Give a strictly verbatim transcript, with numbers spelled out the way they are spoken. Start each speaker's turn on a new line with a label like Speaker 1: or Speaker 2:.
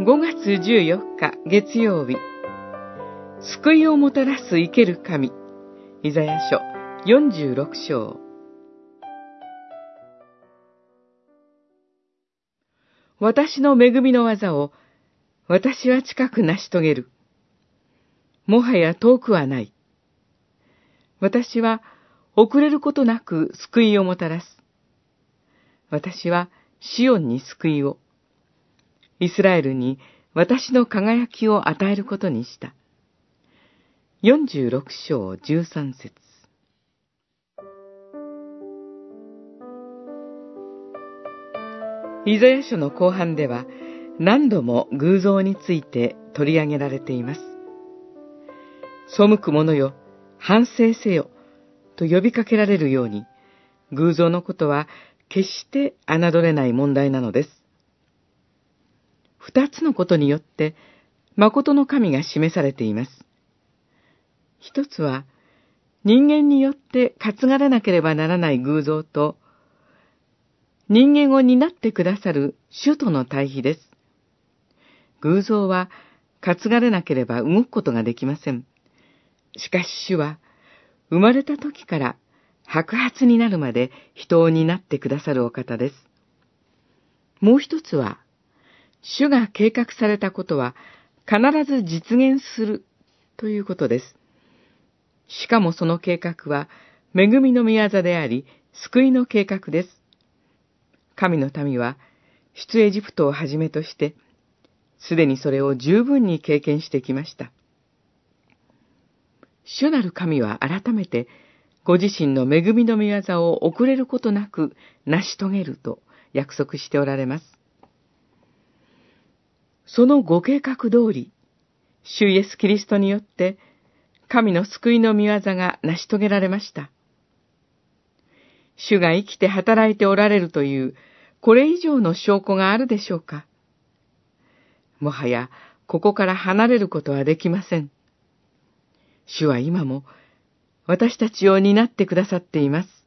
Speaker 1: ごがつじゅうよっか月曜日、救いをもたらす生ける神、イザヤ書よんじゅうろく章。私の恵みの技を私は近く成し遂げる。もはや遠くはない。私は遅れることなく救いをもたらす。私はシオンに救いを、イスラエルに私の輝きを与えることにした。よんじゅうろく章じゅうさん節。イザヤ書の後半では何度も偶像について取り上げられています。背く者よ、反省せよと呼びかけられるように、偶像のことは決して侮れない問題なのです。二つのことによって誠の神が示されています。一つは人間によって担がれなければならない偶像と、人間を担ってくださる主との対比です。偶像は担がれなければ動くことができません。しかし主は生まれた時から白髪になるまで人を担ってくださるお方です。もう一つは、主が計画されたことは必ず実現するということです。しかもその計画は恵みの御業であり、救いの計画です。神の民は出エジプトをはじめとして、すでにそれを十分に経験してきました。主なる神は改めて、ご自身の恵みの御業を遅れることなく成し遂げると約束しておられます。そのご計画通り、主イエスキリストによって、神の救いの御業が成し遂げられました。主が生きて働いておられるという、これ以上の証拠があるでしょうか。もはや、ここから離れることはできません。主は今も、私たちを担ってくださっています。